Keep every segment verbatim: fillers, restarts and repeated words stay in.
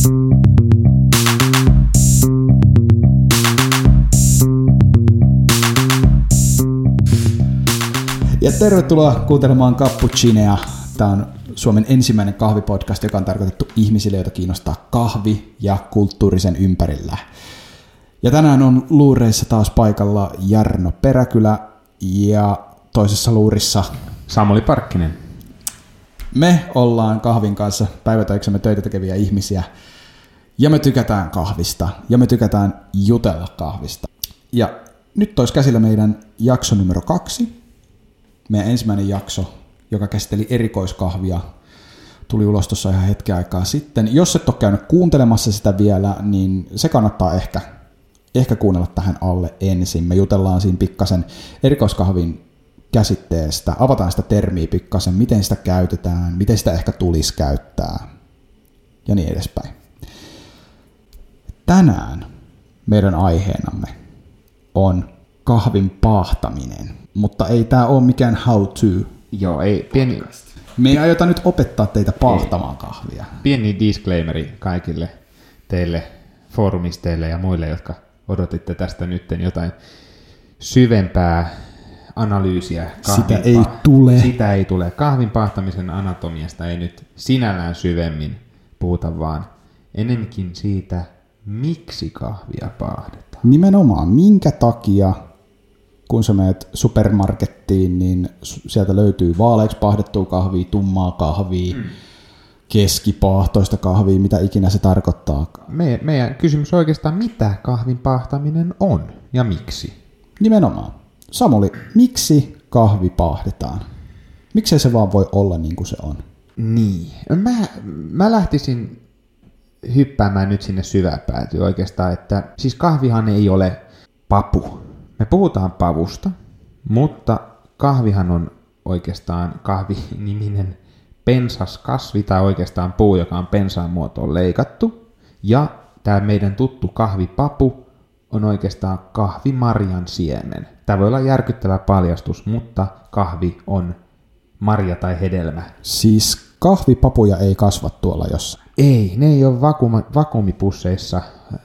Ja tervetuloa kuuntelemaan Cappuccinea. Tämä on Suomen ensimmäinen kahvipodcast, joka on tarkoitettu ihmisille, joita kiinnostaa kahvi ja kulttuurisen ympärillä. Ja tänään on luureissa taas paikalla Jarno Peräkylä ja toisessa luurissa Samuli Parkkinen. Me ollaan kahvin kanssa päivätöiksemme töitä tekeviä ihmisiä ja me tykätään kahvista ja me tykätään jutella kahvista. Ja nyt olisi käsillä meidän jakso numero kaksi. Meidän ensimmäinen jakso, joka käsitteli erikoiskahvia, tuli ulos tuossa ihan hetken aikaa sitten. Jos et ole käynyt kuuntelemassa sitä vielä, niin se kannattaa ehkä, ehkä kuunnella tähän alle ensin. Me jutellaan siinä pikkasen erikoiskahvin käsitteestä, avataan sitä termiä pikkasen, miten sitä käytetään, miten sitä ehkä tulisi käyttää ja niin edespäin. Tänään meidän aiheenamme on kahvin paahtaminen, mutta ei tämä ole mikään how to. Joo, ei, pieni, Me ei aiota nyt opettaa teitä paahtamaan ei. kahvia. Pieni disclaimeri kaikille teille foorumisteille ja muille, jotka odotitte tästä nyt jotain syvempää analyysiä. Sitä ei pa- tule. Sitä ei tule. Kahvin paahtamisen anatomiasta ei nyt sinällään syvemmin puhuta, vaan enemmänkin siitä, miksi kahvia paahdetaan. Nimenomaan, minkä takia, kun sä menet supermarkettiin, niin sieltä löytyy vaaleiksi paahdettua kahvia, tummaa kahvia, mm. keskipaahtoista kahvia, mitä ikinä se tarkoittaa. Me, meidän kysymys on oikeastaan, mitä kahvin paahtaminen on ja miksi? Nimenomaan. Samuli, miksi kahvi paahdetaan? Miksei se vaan voi olla niin kuin se on? Niin. Mä, mä lähtisin hyppäämään nyt sinne syväpäätyyn oikeastaan, että siis kahvihan ei ole papu. Me puhutaan pavusta, mutta kahvihan on oikeastaan kahviniminen pensaskasvi tai oikeastaan puu, joka on pensaan muotoon leikattu. Ja tämä meidän tuttu kahvipapu on oikeastaan kahvimarjan siemen. Tämä voi olla järkyttävä paljastus, mutta kahvi on marja tai hedelmä. Siis kahvipapuja ei kasva tuolla jossain? Ei, ne ei ole vakuuma, vakuumipusseissa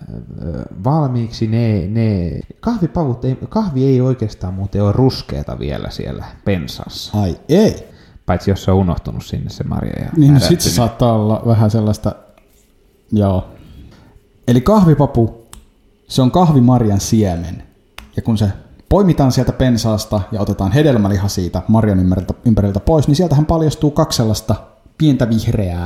valmiiksi. Ne, ne, kahvipavut ei, kahvi ei oikeastaan muuten ole ruskeata vielä siellä pensassa. Ai ei? Paitsi jos se on unohtunut sinne se marja. Ja niin sitten se saattaa olla vähän sellaista, joo. Eli kahvipapu, se on kahvimarjan siemen. Ja kun se poimitaan sieltä pensaasta ja otetaan hedelmäliha siitä marjan ympäriltä, ympäriltä pois, niin sieltähän paljastuu kaksi sellaista pientä vihreää,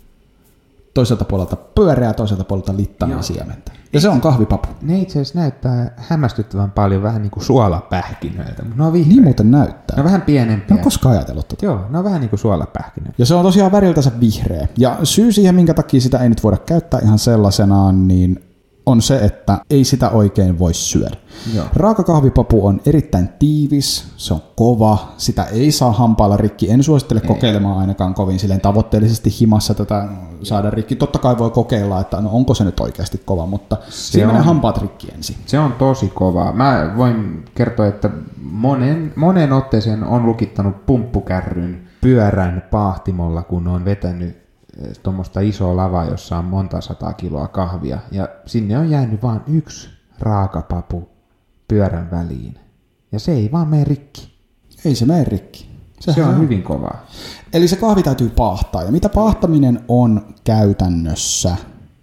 toiselta puolelta pyöreää, toiselta puolelta littanaa siementä. Ja se on kahvipapu. Ne itse asiassa näyttää hämmästyttävän paljon vähän niin kuin suolapähkinöiltä, mutta ne on vihreitä. Niin muuten näyttää. Ne on vähän pienempiä. Ne on koskaan ajatellut tota. Joo, ne on vähän niin kuin suolapähkinöitä. Ja se on tosiaan väriltänsä vihreä. Ja syy siihen, minkä takia sitä ei nyt voida käyttää ihan sellaisenaan, niin on se, että ei sitä oikein voi syödä. Joo. Raaka kahvipapu on erittäin tiivis, se on kova, sitä ei saa hampailla rikki. En suosittele ei. kokeilemaan ainakaan kovin silleen tavoitteellisesti himassa tätä saada rikki. Totta kai voi kokeilla, että no onko se nyt oikeasti kova, mutta se siinä menee hampaat rikki ensin. Se on tosi kovaa. Mä voin kertoa, että monen, monen otteeseen on lukittanut pumppukärryn pyörän paahtimolla, kun on vetänyt tuommoista isoa lavaa, jossa on monta sataa kiloa kahvia, ja sinne on jäänyt vain yksi raakapapu pyörän väliin. Ja se ei vaan mene rikki. Ei se mene rikki. Sehän se on, on hyvin kovaa. Eli se kahvi täytyy paahtaa. Ja mitä paahtaminen on käytännössä?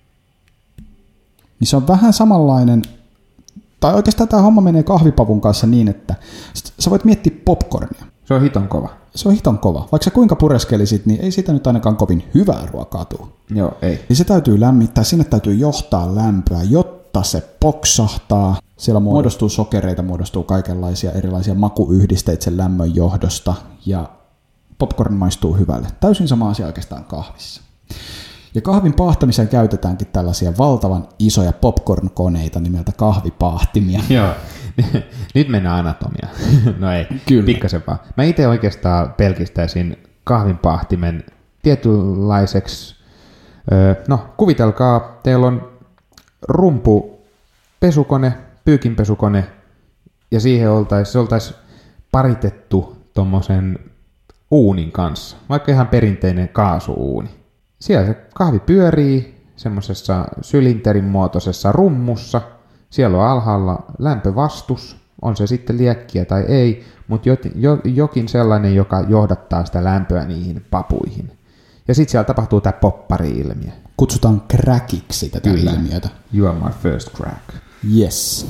Niin se on vähän samanlainen, tai oikeastaan tämä homma menee kahvipavun kanssa niin, että sä voit miettiä popcornia. Se on hiton kova. Se on hiton kova. Vaikka sä kuinka pureskelisit, niin ei siitä nyt ainakaan kovin hyvää ruokaa tule. Joo, ei. Niin se täytyy lämmittää, sinne täytyy johtaa lämpöä, jotta se poksahtaa. Siellä muodostuu sokereita, muodostuu kaikenlaisia erilaisia makuyhdisteitä sen lämmön johdosta, ja popcorn maistuu hyvälle. Täysin sama asia oikeastaan kahvissa. Ja kahvin paahtamiseen käytetäänkin tällaisia valtavan isoja popcorn-koneita nimeltä kahvipaahtimia. Joo. Nyt mennään anatomiaan. No ei, Kyllä. pikkasen vaan. Mä itse oikeastaan pelkistäisin kahvinpaahtimen tietynlaiseksi, no kuvitelkaa, teillä on rumpu pesukone, pyykinpesukone, ja siihen oltaisiin oltais paritettu tommosen uunin kanssa, vaikka ihan perinteinen kaasuuuni. Siellä se kahvi pyörii, semmoisessa sylinterin muotoisessa rummussa. Siellä on alhaalla lämpövastus, on se sitten liekkiä tai ei, mutta jokin sellainen, joka johdattaa sitä lämpöä niihin papuihin. Ja sitten siellä tapahtuu tämä poppari-ilmiö. Kutsutaan crackiksi tätä Kyllä. ilmiötä. You are my first crack. Yes.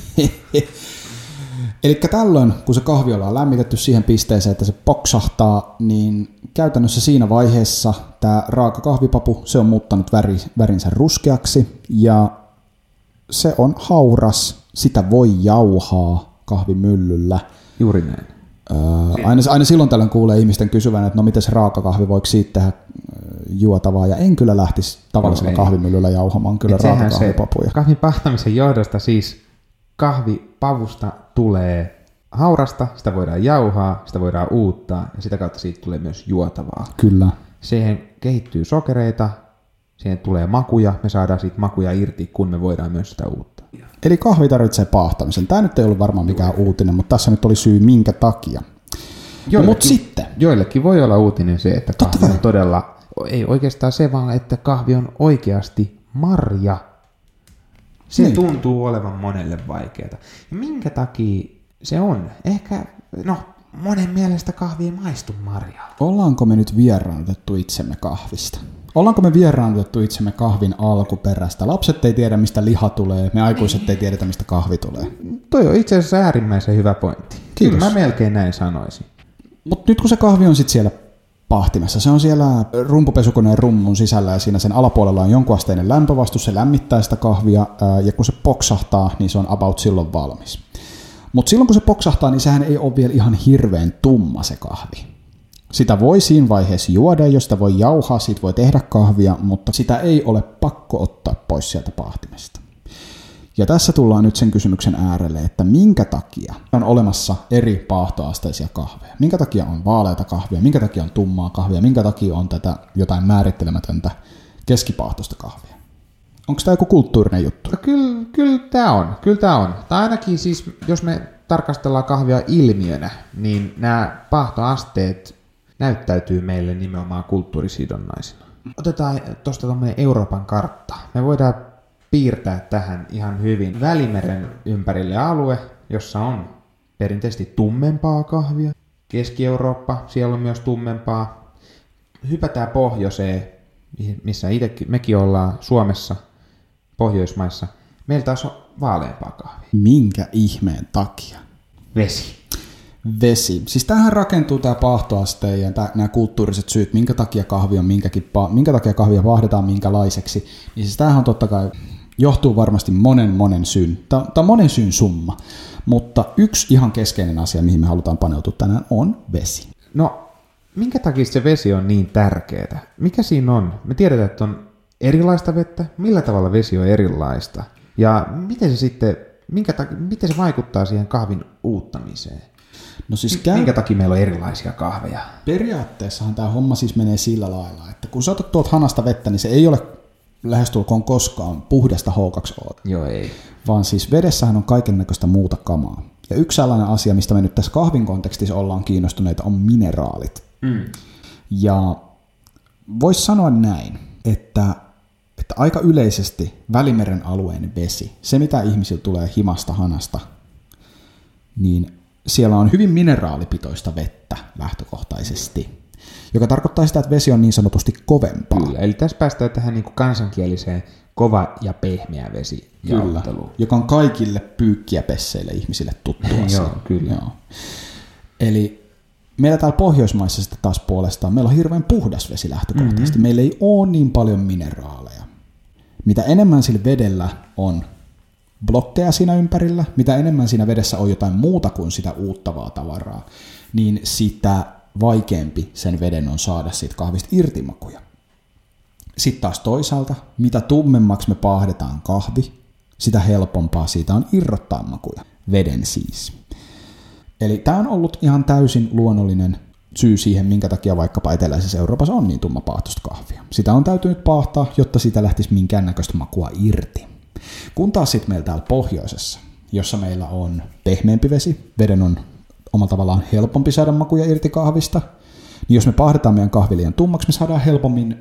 Eli tällöin, kun se kahvi ollaan lämmitetty siihen pisteeseen, että se poksahtaa, niin käytännössä siinä vaiheessa tämä raaka kahvipapu, se on muuttanut väri, värinsä ruskeaksi ja se on hauras, sitä voi jauhaa kahvimyllyllä. Juuri näin. Öö, aina, aina silloin tällöin kuulee ihmisten kysyvän, että no miten se raaka kahvi, voiko siitä tehdä juotavaa, ja en kyllä lähtisi tavallisella no, kahvimyllyllä jauhamaan kyllä raaka kahvipapuja. Kahvin pahtamisen johdosta siis kahvipavusta tulee haurasta, sitä voidaan jauhaa, sitä voidaan uuttaa, ja sitä kautta siitä tulee myös juotavaa. Kyllä. Siihen kehittyy sokereita, siihen tulee makuja, me saadaan siitä makuja irti, kun me voidaan myös sitä uuttaa. Eli kahvi tarvitsee paahtamisen. Tämä nyt ei ollut varmaan mikään uutinen, mutta tässä nyt oli syy minkä takia. No, mutta sitten. Joillekin voi olla uutinen se, että kahvi on todella, ei oikeastaan se vaan, että kahvi on oikeasti marja. Se niin. tuntuu olevan monelle vaikeaa. Ja minkä takia se on? Ehkä, no, monen mielestä kahvi ei maistu marjaa. Ollaanko me nyt vieraannutettu itsemme kahvista? Ollaanko me vieraannutettu itsemme kahvin alkuperästä? Lapset ei tiedä, mistä liha tulee, me aikuiset ei tiedetä, mistä kahvi tulee. Toi on itse asiassa äärimmäisen hyvä pointti. Kiitos. Kyllä mä melkein näin sanoisin. Mutta nyt kun se kahvi on sitten siellä pahtimessa, se on siellä rumpupesukoneen rummun sisällä ja siinä sen alapuolella on jonkun asteinen lämpövastus, se lämmittää sitä kahvia ja kun se poksahtaa, niin se on about silloin valmis. Mutta silloin kun se poksahtaa, niin sehän ei ole vielä ihan hirveän tumma se kahvi. Sitä voi siinä vaiheessa juoda, jos sitä voi jauhaa, siitä voi tehdä kahvia, mutta sitä ei ole pakko ottaa pois sieltä pahtimesta. Ja tässä tullaan nyt sen kysymyksen äärelle, että minkä takia on olemassa eri paahtoasteisia kahveja? Minkä takia on vaaleata kahvia, minkä takia on tummaa kahvia, minkä takia on tätä jotain määrittelemätöntä keskipaahtoista kahvia? Onko tämä joku kulttuurinen juttu? No kyllä, kyllä tämä on, kyllä tämä on. Tai ainakin siis, jos me tarkastellaan kahvia ilmiönä, niin nämä paahtoasteet näyttäytyy meille nimenomaan kulttuurisidonnaisina. Otetaan tuosta tuommoinen Euroopan kartta. Me voidaan piirtää tähän ihan hyvin Välimeren ympärille alue, jossa on perinteisesti tummempaa kahvia. Keski-Eurooppa, siellä on myös tummempaa. Hypätään pohjoiseen, missä itsekin, mekin ollaan Suomessa, Pohjoismaissa. Meillä taas on vaaleampaa kahvia. Minkä ihmeen takia? Vesi. Vesi. Siis tähän rakentuu tämä paahtoaste ja tää, nämä kulttuuriset syyt, minkä takia kahvi on minkäkin, minkä takia kahvia vaahdetaan minkälaiseksi. Niin siis tämähän on totta kai, johtuu varmasti monen monen syyn, tämä on monen syyn summa, mutta yksi ihan keskeinen asia, mihin me halutaan paneutua tänään, on vesi. No, minkä takia se vesi on niin tärkeää? Mikä siinä on? Me tiedetään, että on erilaista vettä. Millä tavalla vesi on erilaista? Ja miten se sitten, minkä takia, miten se vaikuttaa siihen kahvin uuttamiseen? No siis käy... Minkä takia meillä on erilaisia kahveja? Periaatteessahan tämä homma siis menee sillä lailla, että kun sä otat tuolta hanasta vettä, niin se ei ole lähestulkoon koskaan puhdasta H kaksi O. Joo, ei. Vaan siis vedessähän on kaikennäköistä muuta kamaa. Ja yksi sellainen asia, mistä me nyt tässä kahvin kontekstissa ollaan kiinnostuneita, on mineraalit. Mm. Ja voisi sanoa näin, että, että aika yleisesti Välimeren alueen vesi, se mitä ihmisillä tulee himasta hanasta, niin siellä on hyvin mineraalipitoista vettä lähtökohtaisesti, joka tarkoittaa sitä, että vesi on niin sanotusti kovempaa. Kyllä, eli tässä päästään tähän niin kuin kansankieliseen kova ja pehmeä vesi jaotteluun. Joka on kaikille pyykkiä pesseille ihmisille tuttu asia. Joo, kyllä. Joo. Eli meillä täällä Pohjoismaissa sitten taas puolestaan, meillä on hirveän puhdas vesi lähtökohtaisesti. Mm-hmm. Meillä ei ole niin paljon mineraaleja. Mitä enemmän sillä vedellä on blokkeja siinä ympärillä, mitä enemmän siinä vedessä on jotain muuta kuin sitä uuttavaa tavaraa, niin sitä vaikeampi sen veden on saada siitä kahvista irti makuja. Sitten taas toisaalta, mitä tummemmaksi me paahdetaan kahvi, sitä helpompaa siitä on irrottaa makuja. Veden siis. Eli tämä on ollut ihan täysin luonnollinen syy siihen, minkä takia vaikkapa eteläisessä Euroopassa on niin tummapaahtoista kahvia. Sitä on täytynyt paahtaa, jotta siitä lähtisi minkäännäköistä makua irti. Kun taas sitten meillä täällä pohjoisessa, jossa meillä on pehmeämpi vesi, veden on omalla tavallaan helpompi saada makuja irti kahvista, niin jos me paahdetaan meidän kahvi liian tummaksi, me saadaan helpommin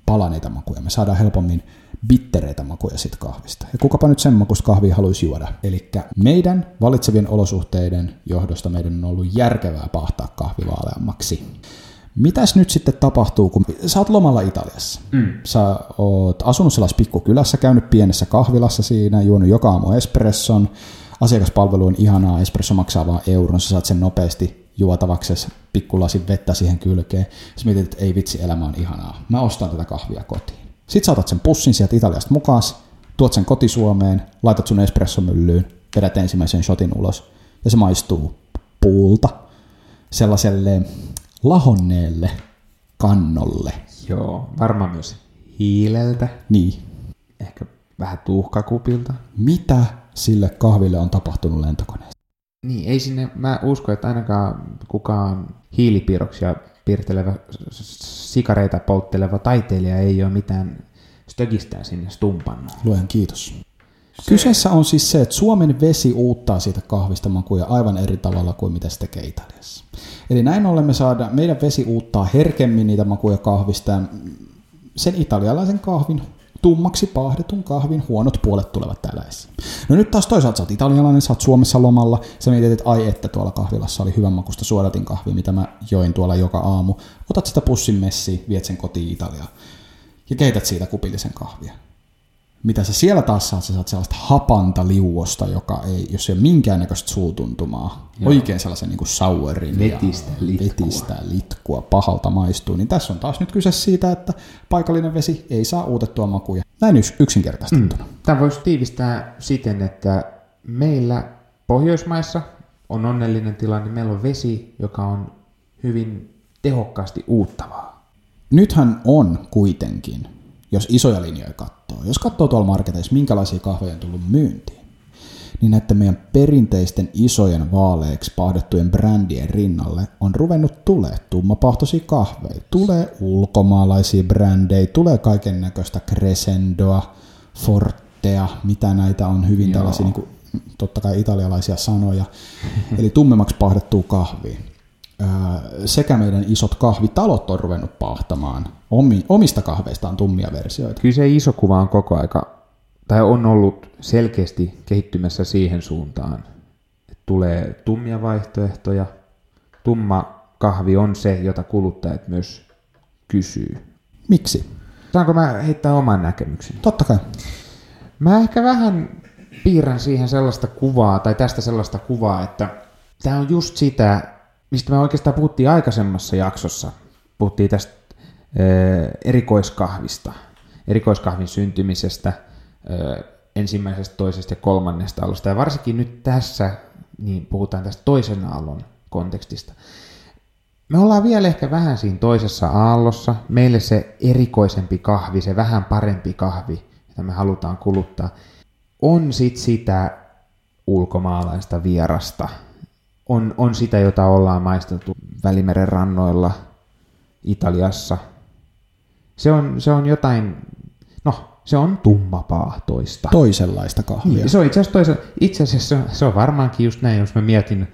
pala niitä makuja. Me saadaan helpommin bittereitä makuja sit kahvista. Ja kukapa nyt sen makuista kahvia haluaisi juoda. Eli meidän valitsevien olosuhteiden johdosta meidän on ollut järkevää paahtaa kahvi vaaleammaksi. Mitäs nyt sitten tapahtuu, kun sä oot lomalla Italiassa? Mm. Sä oot asunut sellaisessa pikkukylässä, käynyt pienessä kahvilassa siinä, juonut joka aamu espresson. Asiakaspalvelu on ihanaa, espresso maksaa vaan euron, sä saat sen nopeasti juotavaksi, pikkulasin vettä siihen kylkeen. Sä mietit, että ei vitsi, elämä on ihanaa. Mä ostan tätä kahvia kotiin. Sitten sä otat sen pussin sieltä Italiasta mukaan, tuot sen koti Suomeen, laitat sun espressomyllyyn, vedät ensimmäisen shotin ulos ja se maistuu puulta sellaiselle lahonneelle kannolle. Joo, varmaan myös hiileltä. Niin. Ehkä vähän tuhkakupilta. Mitä sille kahville on tapahtunut lentokoneessa? Niin, ei sinne, mä uskon, että ainakaan kukaan hiilipiirroksia piirtelevä, sikareita poltteleva taiteilija ei ole mitään stögistää sinne stumpannut. Luojan kiitos. Se... Kyseessä on siis se, että Suomen vesi uuttaa siitä kahvista makuja aivan eri tavalla kuin mitä se tekee Italiassa. Eli näin ollen me saadaan, meidän vesi uuttaa herkemmin niitä makuja kahvista ja sen italialaisen kahvin, tummaksi paahdetun kahvin huonot puolet tulevat täällä esiin. No nyt taas toisaalta sä oot italialainen, sä oot Suomessa lomalla, sä mietit, että ai että tuolla kahvilassa oli hyvän makusta suodatin kahvia, mitä mä join tuolla joka aamu. Otat sitä pussin messiin, viet sen kotiin Italiaan ja keität siitä kupillisen kahvia. Mitä sä siellä taas saat, sä saat sellaista hapanta liuosta, joka ei, jos ei ole minkäännäköistä suutuntumaa, joo, oikein sellaisen niin kuin sourin vetistä ja litkua. vetistä litkua, pahalta maistuu, niin tässä on taas nyt kyse siitä, että paikallinen vesi ei saa uutettua makuja. Näin yksinkertaistettuna. Mm. Tämä voisi tiivistää siten, että meillä Pohjoismaissa on onnellinen tilanne, meillä on vesi, joka on hyvin tehokkaasti uuttavaa. Nythän on kuitenkin, jos isoja linjoja katsoo, jos katsoo tuolla marketeissa, minkälaisia kahveja on tullut myyntiin, niin näiden meidän perinteisten isojen vaaleiksi paahdettujen brändien rinnalle on ruvennut tulee tummapahtoisia kahveja. Tulee ulkomaalaisia brändejä, tulee kaiken näköistä Crescendoa, Fortea, mitä näitä on hyvin Joo. tällaisia, niin kuin, totta kai italialaisia sanoja, eli tummemmaksi paahdettua kahvia. Sekä meidän isot kahvitalot on ruvennut paahtamaan omista kahveistaan tummia versioita. Kyllä se iso kuva on koko aika, tai on ollut selkeästi kehittymässä siihen suuntaan, että tulee tummia vaihtoehtoja. Tumma kahvi on se, jota kuluttajat myös kysyy. Miksi? Saanko mä heittää oman näkemykseni? Totta kai. Mä ehkä vähän piirrän siihen sellaista kuvaa, tai tästä sellaista kuvaa, että tämä on just sitä, mistä me oikeastaan puhuttiin aikaisemmassa jaksossa. Puhuttiin tästä ö, erikoiskahvista, erikoiskahvin syntymisestä, ö, ensimmäisestä, toisesta ja kolmannesta aallosta. Ja varsinkin nyt tässä niin puhutaan tästä toisen aallon kontekstista. Me ollaan vielä ehkä vähän siinä toisessa aallossa. Meille se erikoisempi kahvi, se vähän parempi kahvi, jota me halutaan kuluttaa, on sit sitä ulkomaalaista vierasta. On, on sitä, jota ollaan maisteltu Välimeren rannoilla Italiassa. Se on, se on jotain, no se on tummapaahtoista. Toisenlaista kahvia. Niin, se on itse asiassa, toisen, itse asiassa se, on, se on varmaankin just näin, jos mä mietin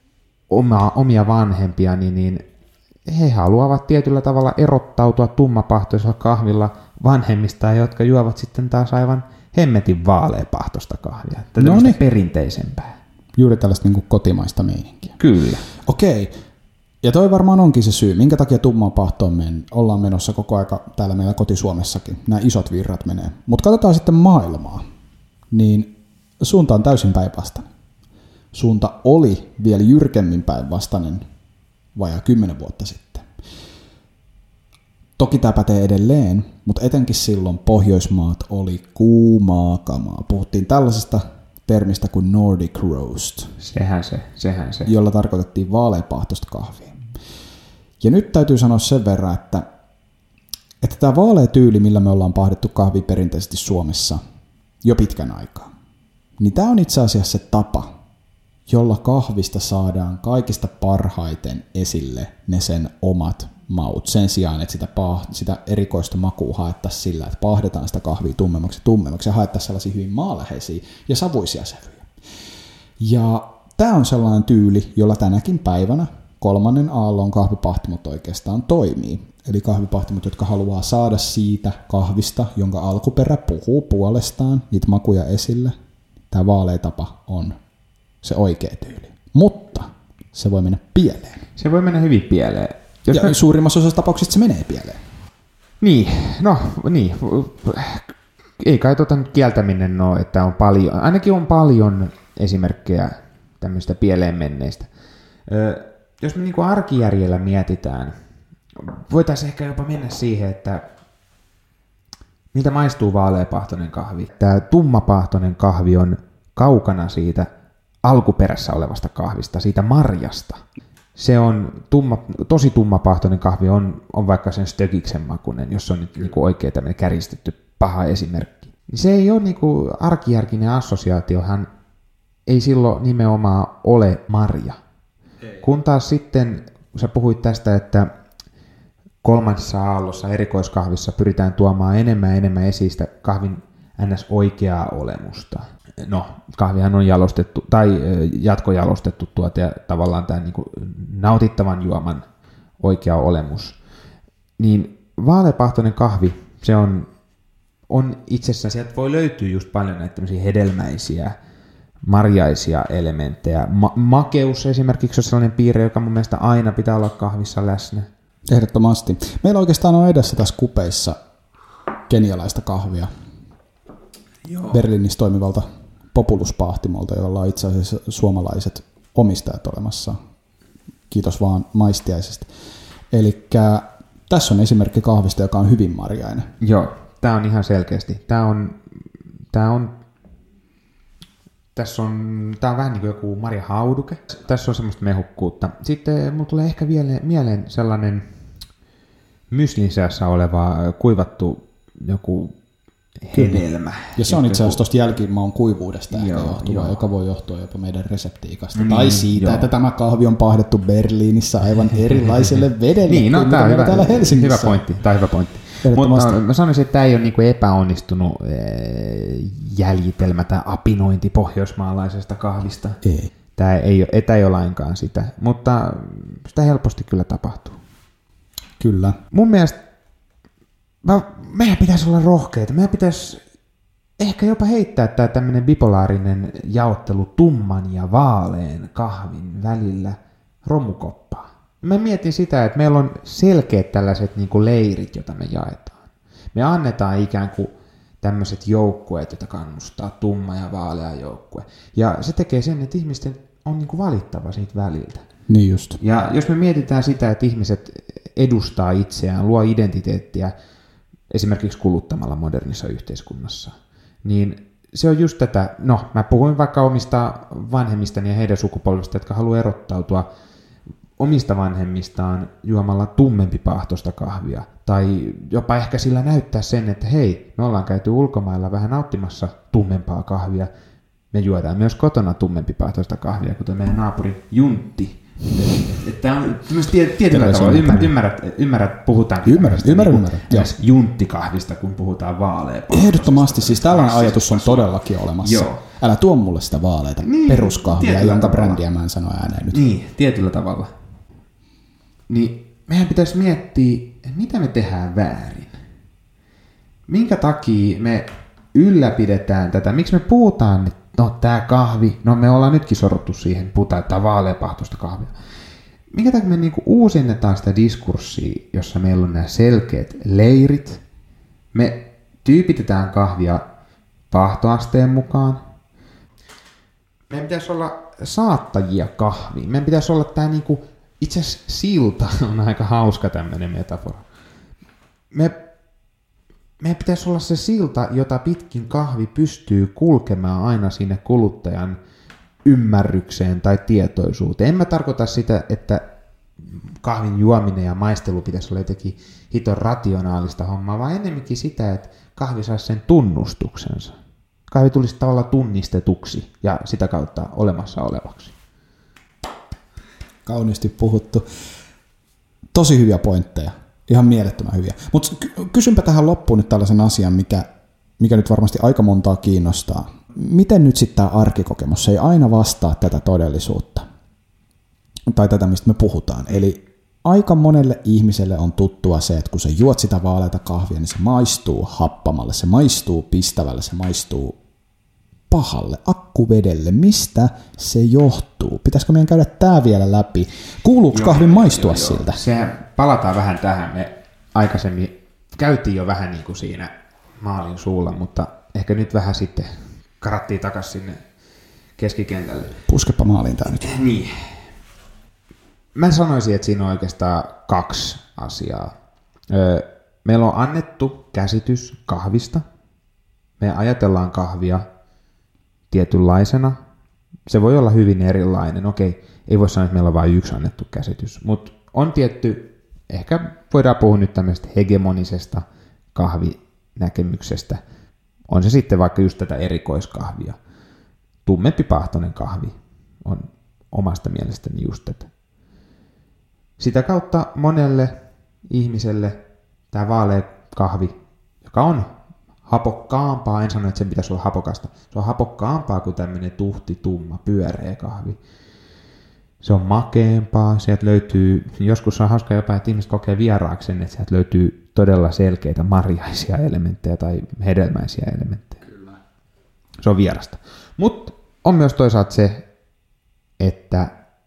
oma, omia vanhempia, niin, niin he haluavat tietyllä tavalla erottautua tummapahtoisella kahvilla vanhemmistaan, jotka juovat sitten taas aivan hemmetin vaaleapahtoista kahvia. No niin. Perinteisempää. Juuri tällaista niin kuin kotimaista meininkiä. Kyllä. Okei. Ja toi varmaan onkin se syy, minkä takia tummaan pahtoon men, ollaan menossa koko aika täällä meillä koti-Suomessakin. Nämä isot virrat menee. Mutta katsotaan sitten maailmaa. Niin suunta on täysin päinvastainen. Suunta oli vielä jyrkemmin päinvastainen vajaa kymmenen vuotta sitten. Toki tämä pätee edelleen, mutta etenkin silloin Pohjoismaat oli kuumaa kamaa. Puhuttiin tällaisesta termistä kuin Nordic Roast. Sehän se, sehän se. Jolla tarkoitettiin vaaleapahtoista kahvia. Ja nyt täytyy sanoa sen verran, että, että tämä vaalea tyyli, millä me ollaan pahdettu kahvia perinteisesti Suomessa jo pitkän aikaa, niin tämä on itse asiassa se tapa, jolla kahvista saadaan kaikista parhaiten esille ne sen omat maut. Sen sijaan, että sitä, pah- sitä erikoista makua haettaisiin sillä, että pahdetaan sitä kahvia tummemmaksi ja tummemmaksi ja haettaisiin sellaisia hyvin maaläheisiä ja savuisia sävyjä. Ja tämä on sellainen tyyli, jolla tänäkin päivänä kolmannen aallon kahvipahtimot oikeastaan toimii. Eli kahvipahtimot, jotka haluaa saada siitä kahvista, jonka alkuperä puhuu puolestaan, niitä makuja esille. Tämä vaalea tapa on se oikea tyyli. Mutta se voi mennä pieleen. Se voi mennä hyvin pieleen. Jos ja me... suurimmassa osassa tapauksista se menee pieleen. Niin, no niin. Ei kai tuota nyt kieltäminen ole, että on paljon, ainakin on paljon esimerkkejä tämmöistä pieleen menneistä. Ö, jos me niin kuin arkijärjellä mietitään, voitaisiin ehkä jopa mennä siihen, että miltä maistuu vaaleapahtoinen kahvi. Tämä tummapahtoinen kahvi on kaukana siitä alkuperässä olevasta kahvista, siitä marjasta. Se on tumma, tosi tummapahtoinen kahvi on, on vaikka sen stökiksen makuinen, jos on nyt niin kuin oikein tämmöinen käristetty paha esimerkki. Se ei ole niin kuin arkijärkinen assosiaatiohan, ei silloin nimenomaan ole marja. Ei. Kun taas sitten, sä puhuit tästä, että kolmannessa aallossa erikoiskahvissa pyritään tuomaan enemmän ja enemmän esiin sitä kahvin ns. Oikeaa olemusta. No, kahvihan on jalostettu tai jatkojalostettu tuote ja tavallaan tämä niin kuin nautittavan juoman oikea olemus. Niin vaaleapahtoinen kahvi, se on, on itsessään, sieltä voi löytyä just paljon näitä tämmöisiä hedelmäisiä, marjaisia elementtejä. Ma- makeus esimerkiksi on sellainen piirre, joka mun mielestä aina pitää olla kahvissa läsnä. Ehdottomasti. Meillä oikeastaan on edessä tässä kupeissa kenialaista kahvia. Joo. Berliinissä toimivalta Populus-pahtimolta, jolla on itse asiassa suomalaiset omistajat olemassa. Kiitos vaan maistiaisesta. Eli tässä on esimerkki kahvista, joka on hyvin marjainen. Joo, tämä on ihan selkeästi. Tämä on, tämä on, tässä on, tämä on vähän niin kuin joku marjahauduke. Tässä on semmoista mehukkuutta. Sitten mulla tulee ehkä vielä mieleen sellainen myslin seassa oleva kuivattu joku hedelmä. Ja se on itse asiassa tuosta jälkimaun kuivuudesta ehkä joo, johtuva, joo. joka voi johtua jopa meidän reseptiikasta. Mm, tai siitä, joo. että tämä kahvi on pahdettu Berliinissä aivan erilaiselle vedelle niin, no, kuin tämä on hyvä, täällä Helsingissä. Hyvä pointti, tämä on hyvä pointti. Mutta mä sanoisin, että tämä ei ole niinku epäonnistunut jäljitelmä tai apinointi pohjoismaalaisesta kahvista. Ei. Tämä ei ole, tämä ei ole lainkaan sitä, mutta sitä helposti kyllä tapahtuu. Kyllä. Mun mielestä mä, meidän pitäisi olla rohkeita. Meidän pitäisi ehkä jopa heittää tämä tämmöinen bipolaarinen jaottelu tumman ja vaalean kahvin välillä romukoppaan. Mä mietin sitä, että meillä on selkeät tällaiset niin kuin leirit, joita me jaetaan. Me annetaan ikään kuin tämmöiset joukkueet, joita kannustaa tumma ja vaalea joukkue. Ja se tekee sen, että ihmisten on niin kuin valittava siitä väliltä. Niin just. Ja jos me mietitään sitä, että ihmiset edustaa itseään, luo identiteettiä esimerkiksi kuluttamalla modernissa yhteiskunnassa, niin se on just tätä, no mä puhuin vaikka omista vanhemmistani ja heidän sukupolvista, jotka haluaa erottautua omista vanhemmistaan juomalla tummempi pahtoista kahvia. Tai jopa ehkä sillä näyttää sen, että hei, me ollaan käyty ulkomailla vähän nauttimassa tummempaa kahvia. Me juodaan myös kotona tummempi pahtoista kahvia, kuten meidän naapuri Juntti. Tämä on tietyllä tavalla, ymmärrät, ymmärrät, ymmärrät puhutaan ymmärrät, ymmärrät, niin ymmärrät, junttikahvista, kun puhutaan vaaleapahtoista. Ehdottomasti, siis tällainen ajatus on todellakin olemassa. Joo. Älä tuo mulle sitä vaaleita niin, peruskahvia, jonka tavalla. Brändiä mä en sano ääneen nyt. Niin, tietyllä tavalla. Niin meidän pitäisi miettiä, mitä me tehdään väärin. Minkä takia me ylläpidetään tätä? Miksi me puhutaan, että no tää kahvi, no me ollaan nytkin sorruttu siihen, puhutaan, että vaaleapahtoista kahvia. Minkä takia me niinku uusinnetaan sitä diskurssia, jossa meillä on nämä selkeät leirit? Me tyypitetään kahvia pahtoasteen mukaan. Meidän pitäisi olla saattajia kahviin. Meidän pitäisi olla tää niinku itse asiassa silta on aika hauska tämmöinen metafora. Me, meidän pitäisi olla se silta, jota pitkin kahvi pystyy kulkemaan aina sinne kuluttajan ymmärrykseen tai tietoisuuteen. En mä tarkoita sitä, että kahvin juominen ja maistelu pitäisi olla jotenkin hiton rationaalista hommaa, vaan enemmänkin sitä, että kahvi saisi sen tunnustuksensa. Kahvi tulisi tavallaan tunnistetuksi ja sitä kautta olemassa olevaksi. Kauniisti puhuttu. Tosi hyviä pointteja. Ihan mielettömän hyviä. Mutta kysynpä tähän loppuun nyt tällaisen asian, mikä, mikä nyt varmasti aika montaa kiinnostaa. Miten nyt sitten tämä arkikokemus ei aina vastaa tätä todellisuutta? tai tätä, mistä me puhutaan. Eli aika monelle ihmiselle on tuttua se, että kun sä juot sitä vaaleata kahvia, niin se maistuu happamalle, se maistuu pistävälle, se maistuu pahalle, akkuvedelle. Mistä se johtuu? Pitäisikö meidän käydä tää vielä läpi? Kuuluuko joo, kahvin maistua joo, siltä? Sehän palataan vähän tähän. Me aikaisemmin käytiin jo vähän niin kuin siinä maalin suulla, mutta ehkä nyt vähän sitten karattiin takaisin sinne keskikentälle. Puskepa maaliin tää nyt. Niin. Mä sanoisin, että siinä on oikeastaan kaksi asiaa. Meillä on annettu käsitys kahvista. Me ajatellaan kahvia tietynlaisena. Se voi olla hyvin erilainen. Okei, ei voi sanoa, että meillä on vain yksi annettu käsitys, mutta on tietty, ehkä voidaan puhua nyt tämmöistä hegemonisesta kahvinäkemyksestä. On se sitten vaikka just tätä erikoiskahvia. Tummempi paahtoinen kahvi on omasta mielestäni just tätä. Sitä kautta monelle ihmiselle tämä vaalea kahvi, joka on hapokkaampaa, en sano, että sen pitäisi olla hapokasta, se on hapokkaampaa kuin tämmöinen tuhti, tumma, pyöreä kahvi. Se on makeampaa, sieltä löytyy, joskus on hauska jopa, että ihmiset kokee vieraaksi sen, että sieltä löytyy todella selkeitä marjaisia elementtejä tai hedelmäisiä elementtejä. Kyllä. Se on vierasta. Mutta on myös toisaalta se, että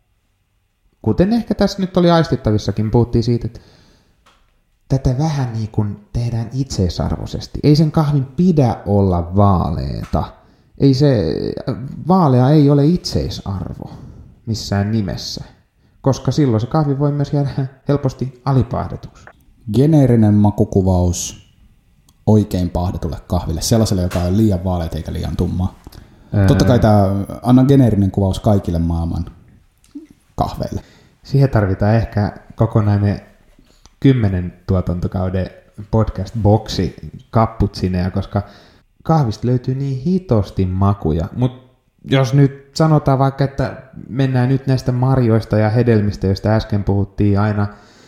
kuten ehkä tässä nyt oli aistittavissakin, puhuttiin siitä, että tätä vähän niin kuin tehdään itseisarvoisesti. Ei sen kahvin pidä olla vaaleeta. Ei se, vaalea ei ole itseisarvo missään nimessä, koska silloin se kahvi voi myös jäädä helposti alipaahdetuksi. Geneerinen makukuvaus oikein paahdetulle kahville, sellaiselle, joka on liian vaaleita eikä liian tummaa. Ää... Totta kai tämä anna geneerinen kuvaus kaikille maailman kahveille. Siihen tarvitaan ehkä kokonainen kymmenen tuotantokauden podcast-boksi kapputsineja, koska kahvista löytyy niin hitosti makuja. Mutta jos nyt sanotaan vaikka, että mennään nyt näistä marjoista ja hedelmistä, joista äsken puhuttiin aina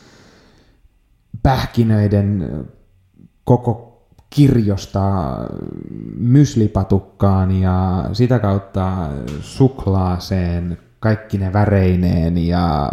pähkinöiden koko kirjosta myslipatukkaan ja sitä kautta suklaaseen, kaikki ne väreineen ja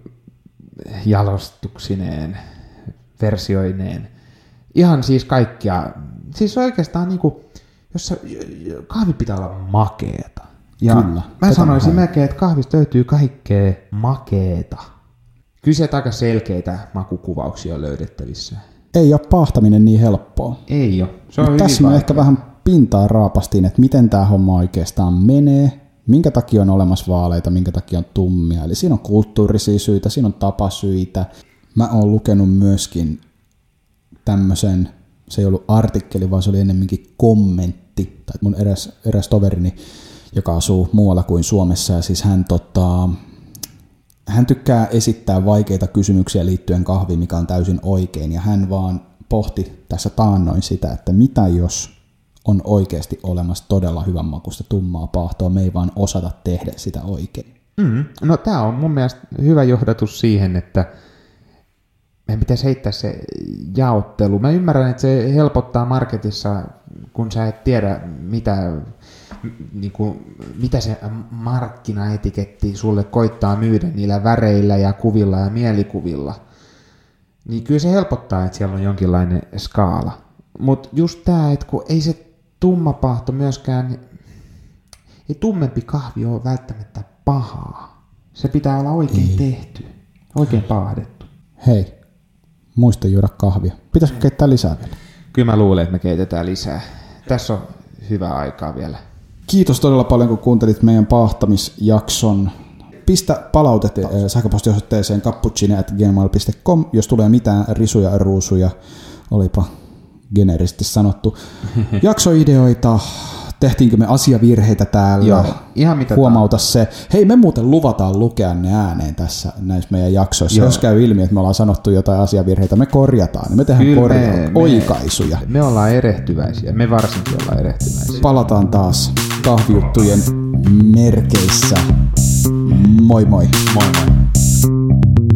jalostuksineen, versioineen. Ihan siis kaikkia. Siis oikeastaan niinku, jossa kahvi pitää olla makeeta. Ja kyllä, mä sanoisin melkein, että kahvista löytyy kaikkea makeeta. Kyllä sieltä aika selkeitä makukuvauksia on löydettävissä. Ei ole paahtaminen niin helppoa. Ei ole. Se on tässä me ehkä vähän pintaa raapastiin, että miten tämä homma oikeastaan menee. Minkä takia on olemassa vaaleita, minkä takia on tummia. Eli siinä on kulttuurisia syitä, siinä on tapasyitä. Mä oon lukenut myöskin tämmöisen, se ei ollut artikkeli, vaan se oli ennemminkin kommentti. Tai mun eräs, eräs toverini, joka asuu muualla kuin Suomessa, ja siis hän, tota, hän tykkää esittää vaikeita kysymyksiä liittyen kahviin, mikä on täysin oikein. Ja hän vaan pohti tässä taannoin sitä, että mitä jos on oikeasti olemassa todella hyvän makuista tummaa paahtoa, me ei vaan osata tehdä sitä oikein. Mm. No tämä on mun mielestä hyvä johdatus siihen, että meidän pitäisi heittää se jaottelu. Mä ymmärrän, että se helpottaa marketissa, kun sä et tiedä, mitä, niin kuin, mitä se markkinaetiketti sulle koittaa myydä niillä väreillä ja kuvilla ja mielikuvilla. Niin kyllä se helpottaa, että siellä on jonkinlainen skaala. Mutta just tämä, että kun ei se tumma paahto myöskään, ei tummempi kahvi ole välttämättä pahaa. Se pitää olla oikein ei. tehty, oikein paahdettu. Hei, muista juoda kahvia. Pitäisikö keittää lisää vielä? Kyllä mä luulen, että me keitetään lisää. Tässä on hyvää aikaa vielä. Kiitos todella paljon, kun kuuntelit meidän paahtamisjakson. Pistä palautetta sähköpostiosoitteeseen cappuccino at gmail dot com, jos tulee mitään risuja ja ruusuja. Olipa geneerisesti sanottu. Jaksoideoita, tehtiinkö me asiavirheitä täällä? Joo, ihan mitä huomauta se. Hei, me muuten luvataan lukea ne ääneen tässä näissä meidän jaksoissa. Joo. Jos käy ilmi, että me ollaan sanottu jotain asiavirheitä, me korjataan. Me tehdään korja- me, oikaisuja. Me, me ollaan erehtyväisiä. Me varsinkin ollaan erehtyväisiä. Palataan taas kahvijuttujen merkeissä. Moi moi. Moi moi.